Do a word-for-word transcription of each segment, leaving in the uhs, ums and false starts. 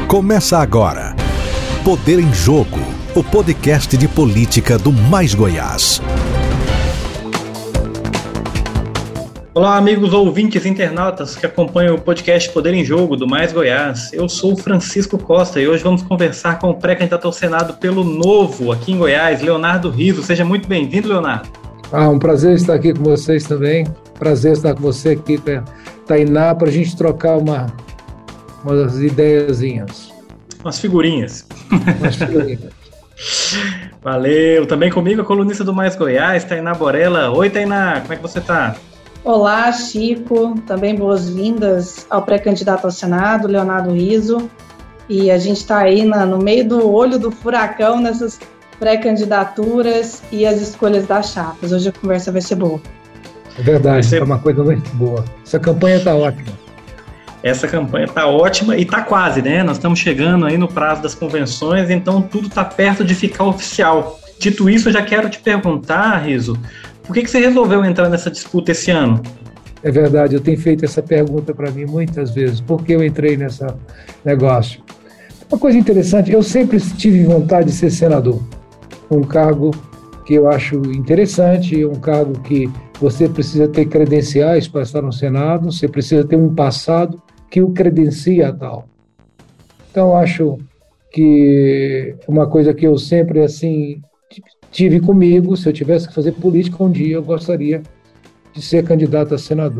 Começa agora. Poder em Jogo, o podcast de política do Mais Goiás. Olá, amigos ouvintes e internautas que acompanham o podcast Poder em Jogo do Mais Goiás. Eu sou o Francisco Costa e hoje vamos conversar com o pré-candidato ao Senado pelo Novo aqui em Goiás, Leonardo Rizzo. Seja muito bem-vindo, Leonardo. Ah, um prazer estar aqui com vocês também. Prazer estar com você aqui, Tainá, para a gente trocar uma, umas ideiazinhas. Umas figurinhas. Umas figurinhas. Valeu. Também comigo a colunista do Mais Goiás, Tainá Borella. Oi, Tainá, como é que você está? Olá, Chico. Também boas-vindas ao pré-candidato ao Senado, Leonardo Rizzo. E a gente está aí na, no meio do olho do furacão nessas pré-candidaturas e as escolhas das chapas. Hoje a conversa vai ser boa. É verdade, é uma coisa muito boa. Essa campanha está ótima. Essa campanha está ótima e está quase, né? Nós estamos chegando aí no prazo das convenções, então tudo está perto de ficar oficial. Dito isso, eu já quero te perguntar, Rizzo, por que, que você resolveu entrar nessa disputa esse ano? É verdade, eu tenho feito essa pergunta para mim muitas vezes. Por que eu entrei nesse negócio? Uma coisa interessante, eu sempre tive vontade de ser senador. Um cargo que eu acho interessante, um cargo que você precisa ter credenciais para estar no Senado, você precisa ter um passado que o credencia a tal. Então, acho que uma coisa que eu sempre, assim, tive comigo, se eu tivesse que fazer política um dia, eu gostaria de ser candidato a senador.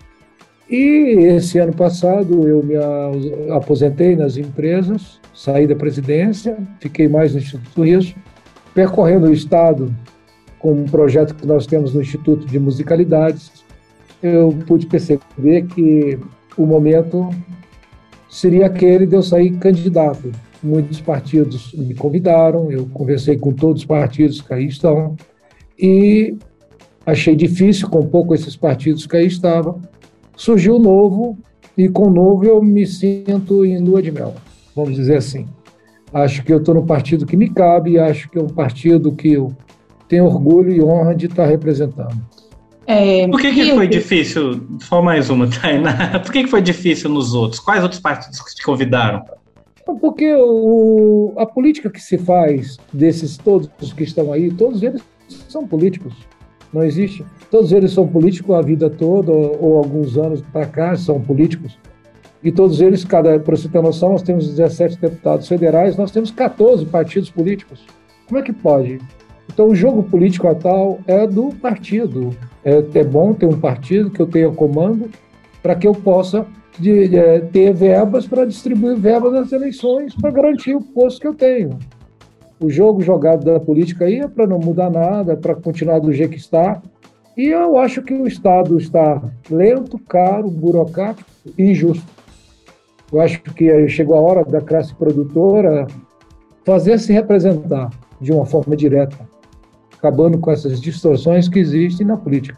E esse ano passado eu me aposentei nas empresas, saí da presidência, fiquei mais no Instituto Rizzo, percorrendo o Estado com um projeto que nós temos no Instituto de Musicalidades. Eu pude perceber que o momento seria aquele de eu sair candidato. Muitos partidos me convidaram, eu conversei com todos os partidos que aí estão e achei difícil, com pouco esses partidos que aí estavam. Surgiu o Novo e com o Novo eu me sinto em lua de mel, vamos dizer assim. Acho que eu estou no partido que me cabe, acho que é um partido que eu tenho orgulho e honra de estar representando. É, Por que, que foi difícil? Só mais uma, Tainá. Por que, que foi difícil nos outros? Quais outros partidos que te convidaram? Porque o, a política que se faz desses todos que estão aí, todos eles são políticos. Não existe. Todos eles são políticos a vida toda, ou, ou alguns anos para cá são políticos. E todos eles, cada, para você ter noção, nós temos dezessete deputados federais, nós temos catorze partidos políticos. Como é que pode? Então, o jogo político atual é do partido. É, é bom ter um partido que eu tenha comando para que eu possa de, de, ter verbas para distribuir verbas nas eleições para garantir o posto que eu tenho. O jogo jogado da política aí é para não mudar nada, é para continuar do jeito que está. E eu acho que o Estado está lento, caro, burocrático e injusto. Eu acho que chegou a hora da classe produtora fazer se representar de uma forma direta, acabando com essas distorções que existem na política.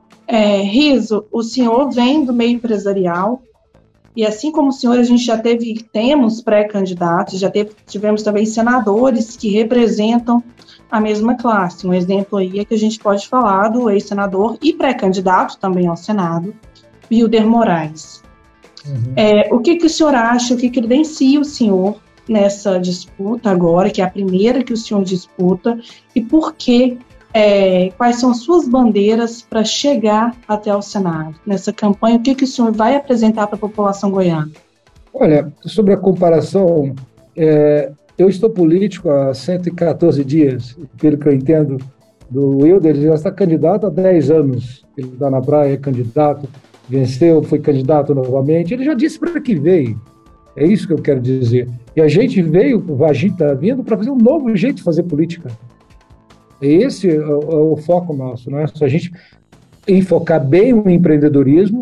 É, Rizzo, o senhor vem do meio empresarial e assim como o senhor, a gente já teve, temos pré-candidatos, já teve, tivemos também senadores que representam a mesma classe. Um exemplo aí é que a gente pode falar do ex-senador e pré-candidato também ao Senado, Wilder Moraes. Uhum. É, o que, que o senhor acha, o que credencia o senhor nessa disputa agora, que é a primeira que o senhor disputa, e por que, é, quais são as suas bandeiras para chegar até o Senado? Nessa campanha, o que, que o senhor vai apresentar para a população goiana? Olha, sobre a comparação, é, eu estou político há cento e catorze dias, pelo que eu entendo do Wilder, ele já está candidato há dez anos, ele está na praia, é candidato, venceu, foi candidato novamente, ele já disse para que veio. É isso que eu quero dizer. E a gente veio, a gente está vindo para fazer um novo jeito de fazer política. Esse é o, é o foco nosso, não é só a gente enfocar bem o empreendedorismo,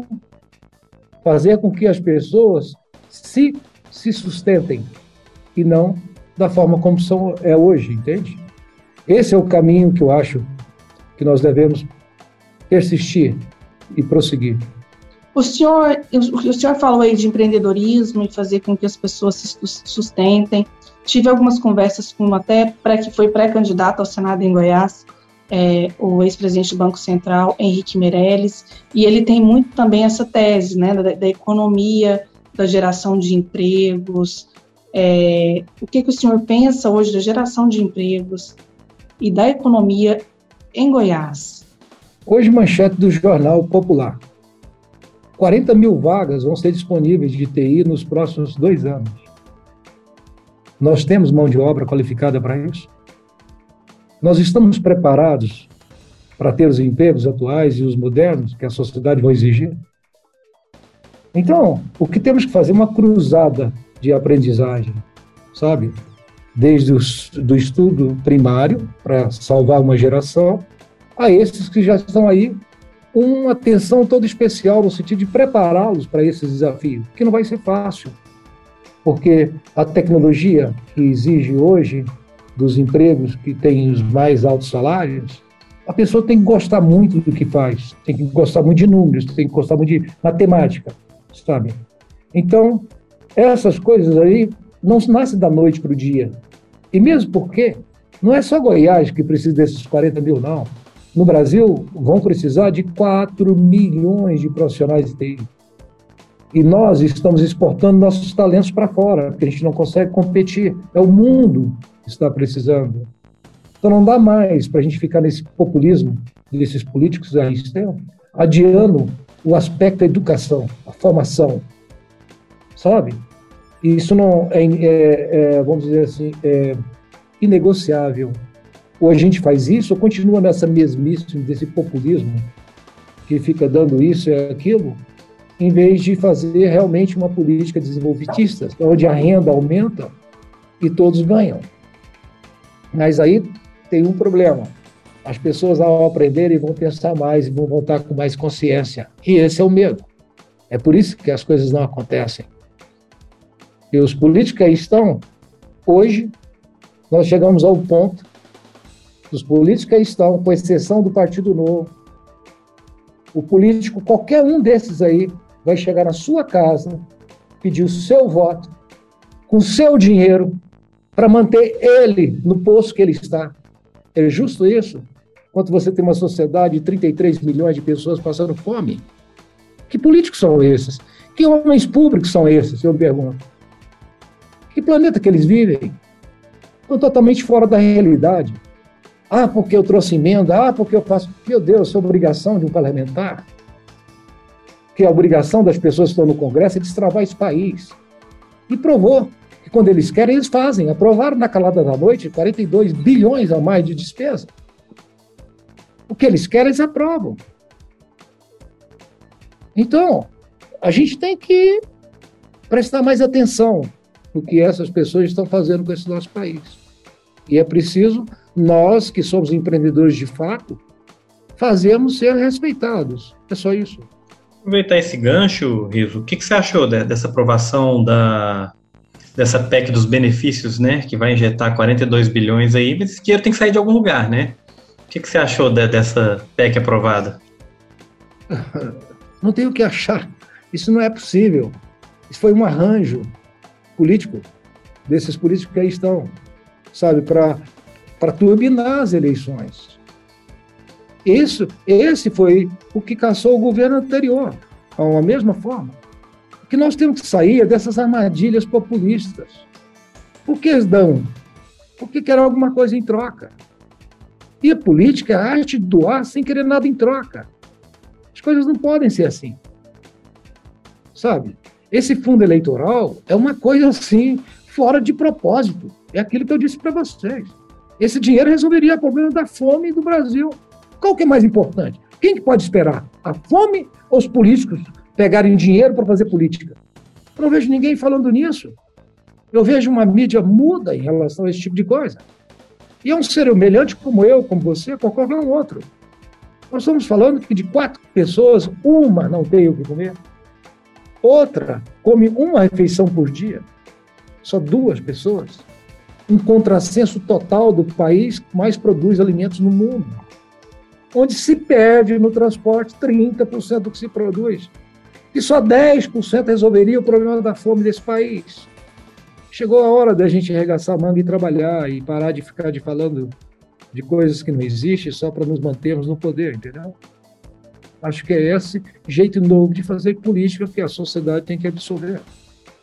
fazer com que as pessoas se, se sustentem e não da forma como são, é hoje, entende? Esse é o caminho que eu acho que nós devemos persistir e prosseguir. O senhor, o senhor falou aí de empreendedorismo e fazer com que as pessoas se sustentem. Tive algumas conversas com até pré, que foi pré-candidato ao Senado em Goiás, é, o ex-presidente do Banco Central, Henrique Meirelles, e ele tem muito também essa tese, né, da, da economia, da geração de empregos, É, o que, que o senhor pensa hoje da geração de empregos e da economia em Goiás? Hoje, manchete do Jornal Popular. quarenta mil vagas vão ser disponíveis de T I nos próximos dois anos. Nós temos mão de obra qualificada para isso? Nós estamos preparados para ter os empregos atuais e os modernos que a sociedade vai exigir? Então, o que temos que fazer é uma cruzada de aprendizagem, sabe? Desde o do estudo primário, para salvar uma geração, a esses que já estão aí, uma atenção toda especial no sentido de prepará-los para esses desafios, que não vai ser fácil, porque a tecnologia que exige hoje dos empregos que têm os mais altos salários, a pessoa tem que gostar muito do que faz, tem que gostar muito de números, tem que gostar muito de matemática, sabe? Então, essas coisas aí não nascem da noite para o dia. E mesmo porque não é só Goiás que precisa desses quarenta mil, não. No Brasil, vão precisar de quatro milhões de profissionais de T I. E nós estamos exportando nossos talentos para fora, porque a gente não consegue competir. É o mundo que está precisando. Então não dá mais para a gente ficar nesse populismo desses políticos aí estão adiando o aspecto da educação, a formação, sabe? E isso não é, é, é, vamos dizer assim, é inegociável. Ou a gente faz isso, ou continua nessa mesmice desse populismo que fica dando isso e aquilo, em vez de fazer realmente uma política desenvolvitista, onde a renda aumenta e todos ganham. Mas aí tem um problema. As pessoas, ao aprenderem, vão pensar mais e vão voltar com mais consciência. E esse é o medo. É por isso que as coisas não acontecem. E os políticos aí estão, hoje, nós chegamos ao ponto, os políticos aí estão, com exceção do Partido Novo, o político, qualquer um desses aí, vai chegar na sua casa, pedir o seu voto, com o seu dinheiro, para manter ele no posto que ele está. É justo isso? Enquanto você tem uma sociedade de trinta e três milhões de pessoas passando fome? Que políticos são esses? Que homens públicos são esses, eu pergunto? Que planeta que eles vivem? Estão totalmente fora da realidade. Ah, porque eu trouxe emenda, ah, porque eu faço... Meu Deus, isso é obrigação de um parlamentar. Que a obrigação das pessoas que estão no Congresso é destravar esse país. E provou que quando eles querem, eles fazem. Aprovaram na calada da noite quarenta e dois bilhões a mais de despesa. O que eles querem, eles aprovam. Então, a gente tem que prestar mais atenção no que essas pessoas estão fazendo com esse nosso país. E é preciso, nós que somos empreendedores de fato, fazermos ser respeitados. É só isso. Aproveitar esse gancho, Riso, o que, que você achou de, dessa aprovação da, dessa P E C dos benefícios, né, que vai injetar quarenta e dois bilhões aí, mas esse dinheiro tem que sair de algum lugar, né? O que, que você achou de, dessa P E C aprovada? Não tem o que achar. Isso não é possível. Isso foi um arranjo político desses políticos que aí estão, sabe, para para turbinar as eleições. Isso, esse foi o que caçou o governo anterior, da mesma forma. O que nós temos que sair é dessas armadilhas populistas. Por que eles dão? Porque querem alguma coisa em troca. E a política é a arte de doar sem querer nada em troca. As coisas não podem ser assim. Sabe? Esse fundo eleitoral é uma coisa assim, fora de propósito. É aquilo que eu disse para vocês. Esse dinheiro resolveria o problema da fome do Brasil. Qual que é mais importante? Quem que pode esperar? A fome ou os políticos pegarem dinheiro para fazer política? Eu não vejo ninguém falando nisso. Eu vejo uma mídia muda em relação a esse tipo de coisa. E é um ser humilhante como eu, como você, como qualquer um outro. Nós estamos falando que de quatro pessoas, uma não tem o que comer. Outra come uma refeição por dia. Só duas pessoas. Um contrassenso total do país que mais produz alimentos no mundo, onde se perde no transporte trinta por cento do que se produz, e só dez por cento resolveria o problema da fome desse país. Chegou a hora da gente arregaçar a manga e trabalhar, e parar de ficar de falando de coisas que não existem só para nos mantermos no poder, entendeu? Acho que é esse jeito novo de fazer política que a sociedade tem que absorver.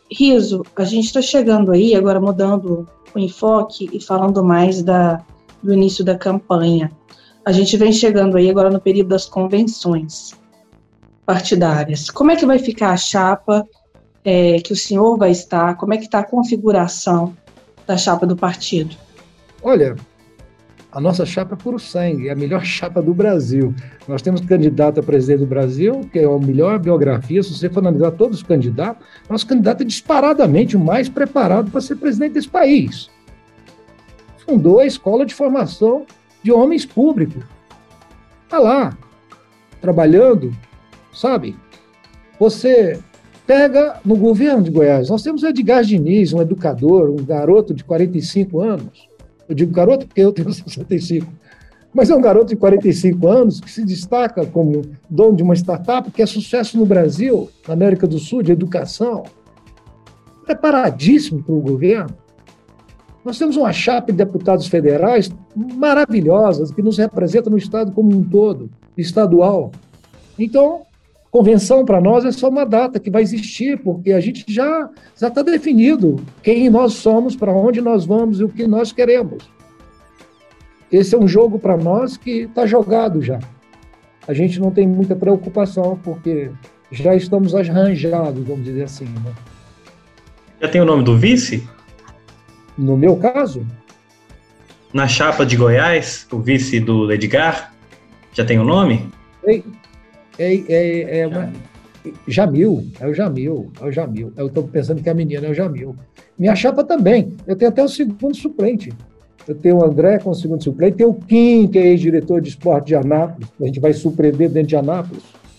Riso, a gente está chegando aí, agora mudando o enfoque e falando mais da, do início da campanha. A gente vem chegando aí agora no período das convenções partidárias. Como é que vai ficar a chapa é, que o senhor vai estar? Como é que está a configuração da chapa do partido? Olha, a nossa chapa é puro sangue, é a melhor chapa do Brasil. Nós temos candidato a presidente do Brasil, que é a melhor biografia. Se você for analisar todos os candidatos, nosso candidato é disparadamente o mais preparado para ser presidente desse país. Fundou a escola de formação de homens públicos. Está lá, trabalhando, sabe? Você pega no governo de Goiás, nós temos o Edgar Diniz, um educador, um garoto de quarenta e cinco anos. Eu digo garoto porque eu tenho sessenta e cinco. Mas é um garoto de quarenta e cinco anos que se destaca como dono de uma startup que é sucesso no Brasil, na América do Sul, de educação. Preparadíssimo para o governo. Nós temos uma chapa de deputados federais maravilhosas que nos representam no Estado como um todo, estadual. Então, convenção para nós é só uma data que vai existir, porque a gente já já está definido quem nós somos, para onde nós vamos e o que nós queremos. Esse é um jogo para nós que está jogado já. A gente não tem muita preocupação, porque já estamos arranjados, vamos dizer assim. Né? Já tem o nome do vice? No meu caso? Na chapa de Goiás, o vice do Edgar, já tem o nome? É, é, é, é uma... Jamil, é o Jamil, é o Jamil. Eu estou pensando que a menina é o Jamil. Minha chapa também. Eu tenho até o segundo suplente. Eu tenho o André com o segundo suplente, tem o Kim, que é ex-diretor de esporte de Anápolis. A gente vai surpreender dentro de Anápolis.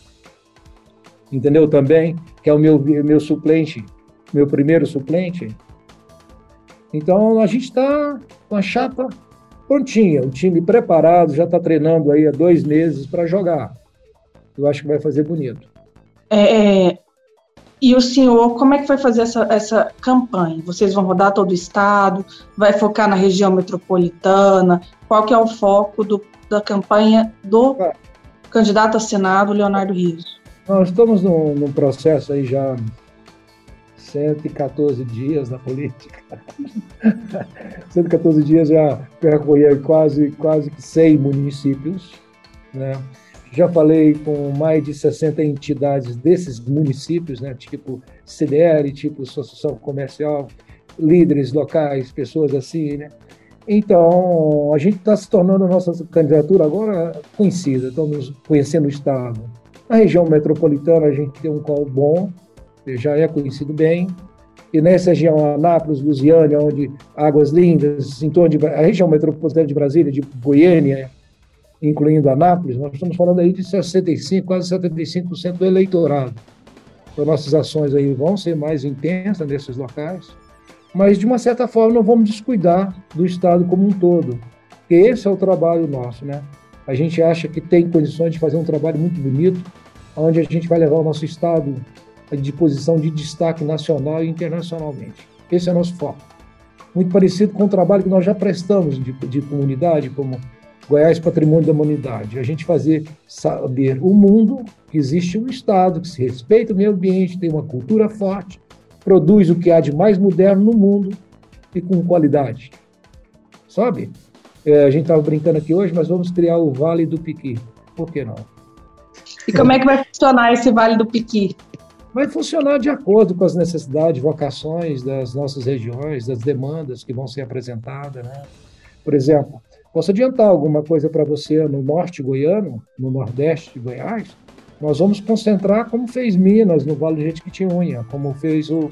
Entendeu também? Que é o meu, meu suplente, meu primeiro suplente. Então, a gente está com a chapa prontinha, o time preparado, já está treinando aí há dois meses para jogar. Eu acho que vai fazer bonito. É, e o senhor, como é que vai fazer essa, essa campanha? Vocês vão rodar todo o estado? Vai focar na região metropolitana? Qual que é o foco do, da campanha do ah. candidato a Senado, Leonardo Riso? Nós estamos num, num processo aí já cento e quatorze dias na política. cento e quatorze dias já percorri quase, quase cem municípios, né? Já falei com mais de sessenta entidades desses municípios, né? Tipo C D L, tipo Associação Comercial, líderes locais, pessoas assim, né? Então, a gente está se tornando a nossa candidatura agora conhecida, estamos conhecendo o Estado. Na região metropolitana, a gente tem um colo bom, já é conhecido bem, e nessa região, Anápolis, Lusiânia, onde Águas Lindas, em torno de, a região metropolitana de Brasília, de Goiânia, incluindo Anápolis, nós estamos falando aí de sessenta e cinco, quase setenta e cinco por cento do eleitorado. Então, nossas ações aí vão ser mais intensas nesses locais, mas, de uma certa forma, não vamos descuidar do Estado como um todo, porque esse é o trabalho nosso, né? A gente acha que tem condições de fazer um trabalho muito bonito, onde a gente vai levar o nosso Estado de posição de destaque nacional e internacionalmente. Esse é o nosso foco. Muito parecido com o trabalho que nós já prestamos de, de comunidade, como Goiás Patrimônio da Humanidade. A gente fazer saber o mundo que existe um Estado que se respeita o meio ambiente, tem uma cultura forte, produz o que há de mais moderno no mundo e com qualidade. Sabe? É, a gente estava brincando aqui hoje, mas vamos criar o Vale do Piqui. Por que não? E como é que vai funcionar esse Vale do Piqui? Vai funcionar de acordo com as necessidades, vocações das nossas regiões, das demandas que vão ser apresentadas, né? Por exemplo, posso adiantar alguma coisa para você no norte goiano, no nordeste de Goiás? Nós vamos concentrar como fez Minas, no Vale de Jequitinhonha, como fez o,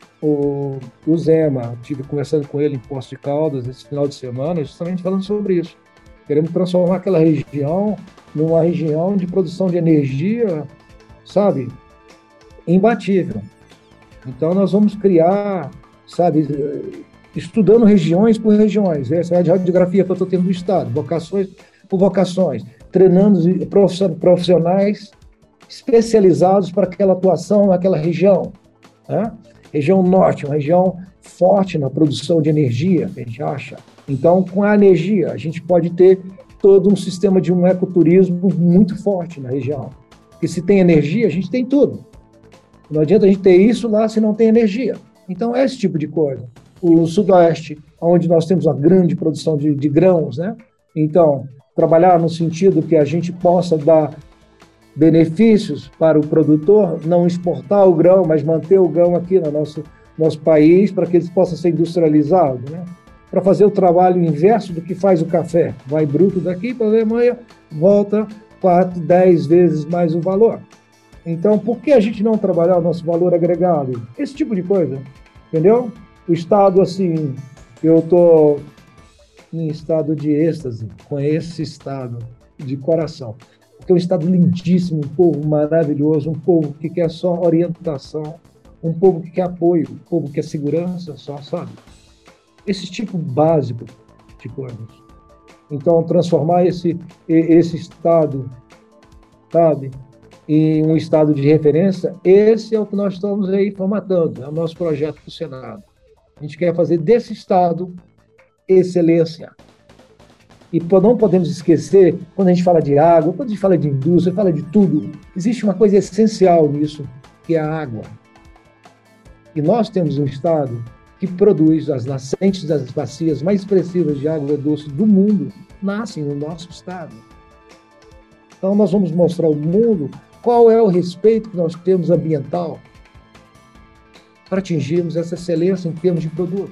o, o Zema. Estive conversando com ele em Poços de Caldas esse final de semana, justamente falando sobre isso. Queremos transformar aquela região numa região de produção de energia, sabe, imbatível. Então, nós vamos criar, sabe, estudando regiões por regiões. Essa é a radiografia que eu estou tendo do Estado, vocações por vocações, treinando profissionais especializados para aquela atuação naquela região. Né? Região norte, uma região forte na produção de energia, a gente acha. Então, com a energia, a gente pode ter todo um sistema de um ecoturismo muito forte na região. Porque se tem energia, a gente tem tudo. Não adianta a gente ter isso lá se não tem energia. Então, é esse tipo de coisa. O Sudoeste, onde nós temos uma grande produção de, de grãos, né? Então, trabalhar no sentido que a gente possa dar benefícios para o produtor, não exportar o grão, mas manter o grão aqui no nosso, nosso país, para que ele possa ser industrializado, né? Para fazer o trabalho inverso do que faz o café. Vai bruto daqui para a Alemanha, volta quatro, dez vezes mais o valor. Então, por que a gente não trabalhar o nosso valor agregado? Esse tipo de coisa, entendeu? O Estado, assim, eu estou em estado de êxtase com esse Estado de coração. Porque é um Estado lindíssimo, um povo maravilhoso, um povo que quer só orientação, um povo que quer apoio, um povo que quer segurança só, sabe? Esse tipo básico de coisas. Então, transformar esse, esse Estado, sabe, em um Estado de referência, esse é o que nós estamos aí formatando, é o nosso projeto do Senado. A gente quer fazer desse Estado excelência. E não podemos esquecer, quando a gente fala de água, quando a gente fala de indústria, fala de tudo, existe uma coisa essencial nisso, que é a água. E nós temos um Estado que produz as nascentes das bacias mais expressivas de água doce do mundo, nascem no nosso Estado. Então, nós vamos mostrar ao mundo qual é o respeito que nós temos ambiental para atingirmos essa excelência em termos de produto.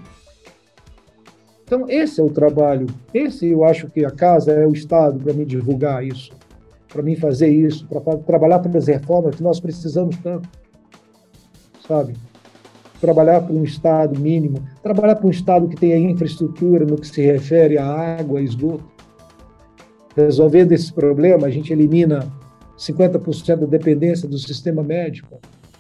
Então, esse é o trabalho. Esse, eu acho que a casa é o Estado para me divulgar isso, para mim fazer isso, para trabalhar pelas reformas que nós precisamos tanto, sabe? Trabalhar para um Estado mínimo, trabalhar para um Estado que tenha infraestrutura no que se refere à água e esgoto. Resolvendo esse problema, a gente elimina cinquenta por cento da dependência do sistema médico.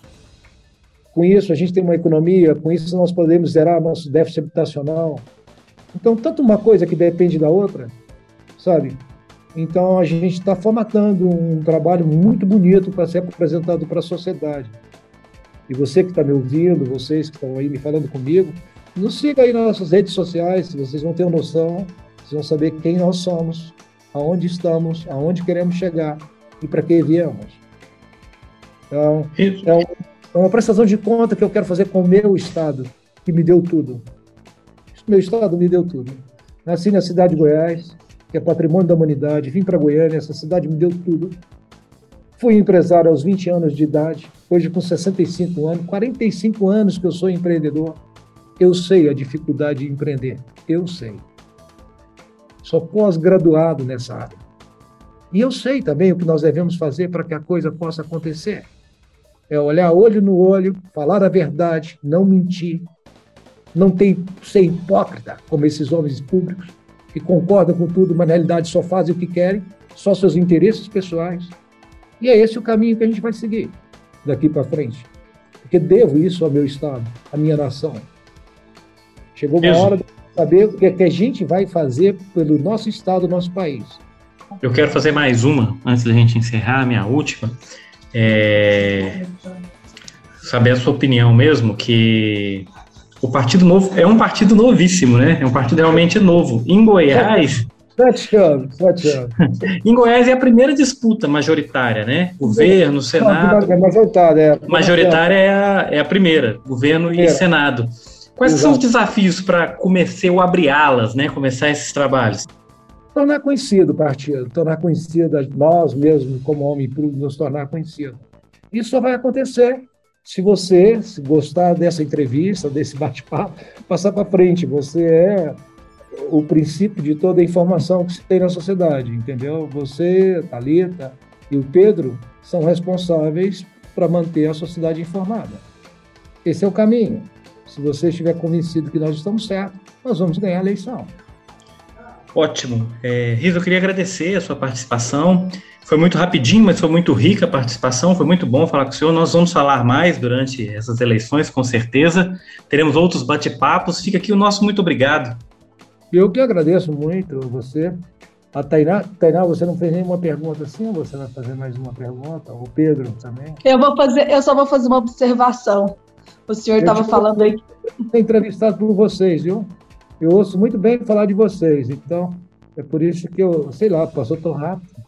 Com isso, a gente tem uma economia, com isso nós podemos zerar nosso déficit habitacional. Então, tanto uma coisa que depende da outra, sabe? Então, a gente está formatando um trabalho muito bonito para ser apresentado para a sociedade. E você que está me ouvindo, vocês que estão aí me falando comigo, nos siga aí nas nossas redes sociais, vocês vão ter uma noção, vocês vão saber quem nós somos, aonde estamos, aonde queremos chegar e para que viemos. Então, é, um, é uma prestação de conta que eu quero fazer com o meu Estado, que me deu tudo. Meu Estado me deu tudo. Nasci na cidade de Goiás, que é patrimônio da humanidade, vim para Goiânia, essa cidade me deu tudo. Fui empresário aos vinte anos de idade, hoje com sessenta e cinco anos, quarenta e cinco anos que eu sou empreendedor. Eu sei a dificuldade de empreender, eu sei. Sou pós-graduado nessa área. E eu sei também o que nós devemos fazer para que a coisa possa acontecer. É olhar olho no olho, falar a verdade, não mentir, não tem ser hipócrita, como esses homens públicos, que concordam com tudo, mas na realidade só fazem o que querem, só seus interesses pessoais. E é esse o caminho que a gente vai seguir daqui para frente. Porque devo isso ao meu Estado, à minha nação. Chegou uma hora de saber o que, é que a gente vai fazer pelo nosso Estado, nosso país. Eu quero fazer mais uma, antes da gente encerrar, a minha última. É... Saber a sua opinião mesmo, que o Partido Novo é um partido novíssimo, né? É um partido realmente novo. Em Goiás... Sete anos, sete anos. Em Goiás é a primeira disputa majoritária, né? Governo, Senado... É majoritária, é. Majoritária é a, é a primeira, governo e é. Senado. Quais Exato. São os desafios para começar ou abrir alas, né? Começar esses trabalhos? Tornar conhecido o partido, tornar conhecido nós mesmos, como homem público, nos tornar conhecido. Isso só vai acontecer se você se gostar dessa entrevista, desse bate-papo, passar para frente. Você é o princípio de toda a informação que se tem na sociedade, entendeu? Você, Thalita e o Pedro são responsáveis para manter a sociedade informada. Esse é o caminho. Se você estiver convencido que nós estamos certos, nós vamos ganhar a eleição. Ótimo. É, Riso, eu queria agradecer a sua participação. Foi muito rapidinho, mas foi muito rica a participação, foi muito bom falar com o senhor. Nós vamos falar mais durante essas eleições, com certeza. Teremos outros bate-papos. Fica aqui o nosso muito obrigado. Eu que agradeço muito você. A Tainá, Tainá, você não fez nenhuma pergunta assim, ou você vai fazer mais uma pergunta? O Pedro também? Eu, vou fazer, eu só vou fazer uma observação. O senhor estava falando aí... Eu fui entrevistado por vocês, viu? Eu ouço muito bem falar de vocês, então é por isso que eu, sei lá, passou tão rápido.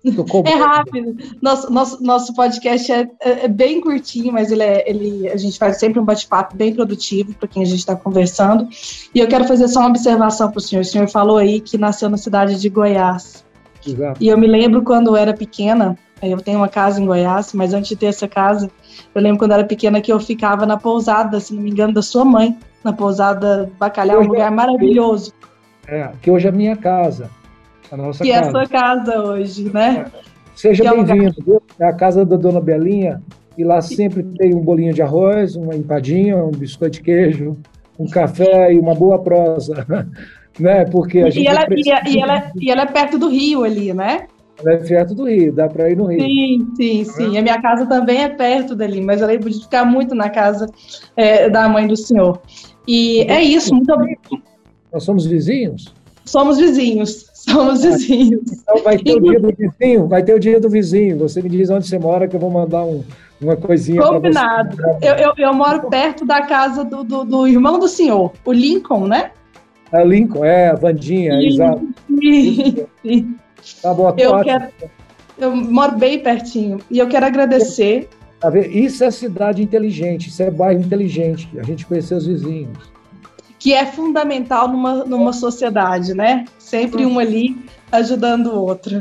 É rápido. Nosso, nosso, nosso podcast é, é bem curtinho, mas ele é, ele, a gente faz sempre um bate-papo bem produtivo para quem a gente está conversando. E eu quero fazer só uma observação para o senhor. O senhor falou aí que nasceu na cidade de Goiás. Exato. E eu me lembro quando eu era pequena, eu tenho uma casa em Goiás, mas antes de ter essa casa, eu lembro quando eu era pequena que eu ficava na pousada, se não me engano, da sua mãe, na pousada Bacalhau, um lugar maravilhoso. É, que hoje é a minha casa. A nossa que casa. é a sua casa hoje, né? Seja bem-vindo, viu? É a casa da Dona Belinha, e lá sempre tem um bolinho de arroz, uma empadinha, um biscoito de queijo, um café e uma boa prosa, né? Porque a gente e, ela, precisa... e, ela, e ela é perto do Rio ali, né? Ela é perto do Rio, dá para ir no Rio. Sim, sim, sim. É? A minha casa também é perto dali, mas eu lembro de ficar muito na casa é, da mãe do senhor. E é isso, muito obrigado. Nós somos vizinhos? Somos vizinhos. Somos vizinhos. Então vai ter o dia do vizinho, vai ter o dia do vizinho. Você me diz onde você mora que eu vou mandar um, uma coisinha para você. Combinado. Eu, eu, eu moro perto da casa do, do, do irmão do senhor, o Lincoln, né? É Lincoln, é, a Vandinha, sim, exato. Sim, sim. Tá bom, tá eu, ótimo. quero, eu moro bem pertinho. E eu quero agradecer. Tá vendo? Isso é cidade inteligente, isso é bairro inteligente. A gente conhecer os vizinhos. Que é fundamental numa, numa sociedade, né? Sempre um ali ajudando o outro.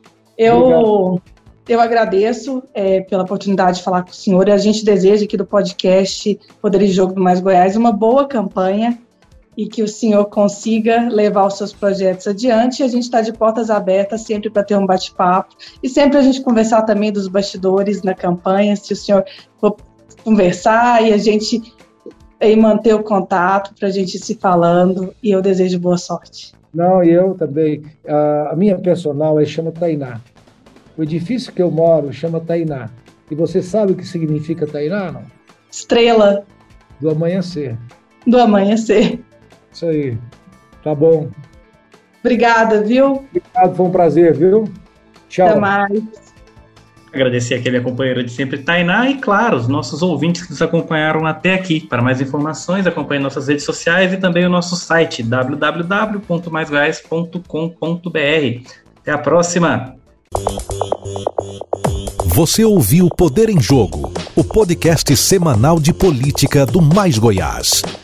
Eu, eu agradeço é, pela oportunidade de falar com o senhor, e a gente deseja aqui do podcast Poder e Jogo do Mais Goiás uma boa campanha e que o senhor consiga levar os seus projetos adiante. A gente está de portas abertas sempre para ter um bate-papo e sempre a gente conversar também dos bastidores na campanha, se o senhor for conversar e a gente... e manter o contato para a gente ir se falando, e eu desejo boa sorte. Não, e eu também. A minha personal é, chama Tainá. O edifício que eu moro chama Tainá. E você sabe o que significa Tainá, não? Estrela. Do amanhecer. Do amanhecer. Isso aí. Tá bom. Obrigada, viu? Obrigado, foi um prazer, viu? Tchau. Até mais. Agradecer aqui a minha companheira de sempre, Tainá, e claro, os nossos ouvintes que nos acompanharam até aqui. Para mais informações, acompanhe nossas redes sociais e também o nosso site, w w w ponto mais goiás ponto com ponto b r. Até a próxima! Você ouviu Poder em Jogo, o podcast semanal de política do Mais Goiás.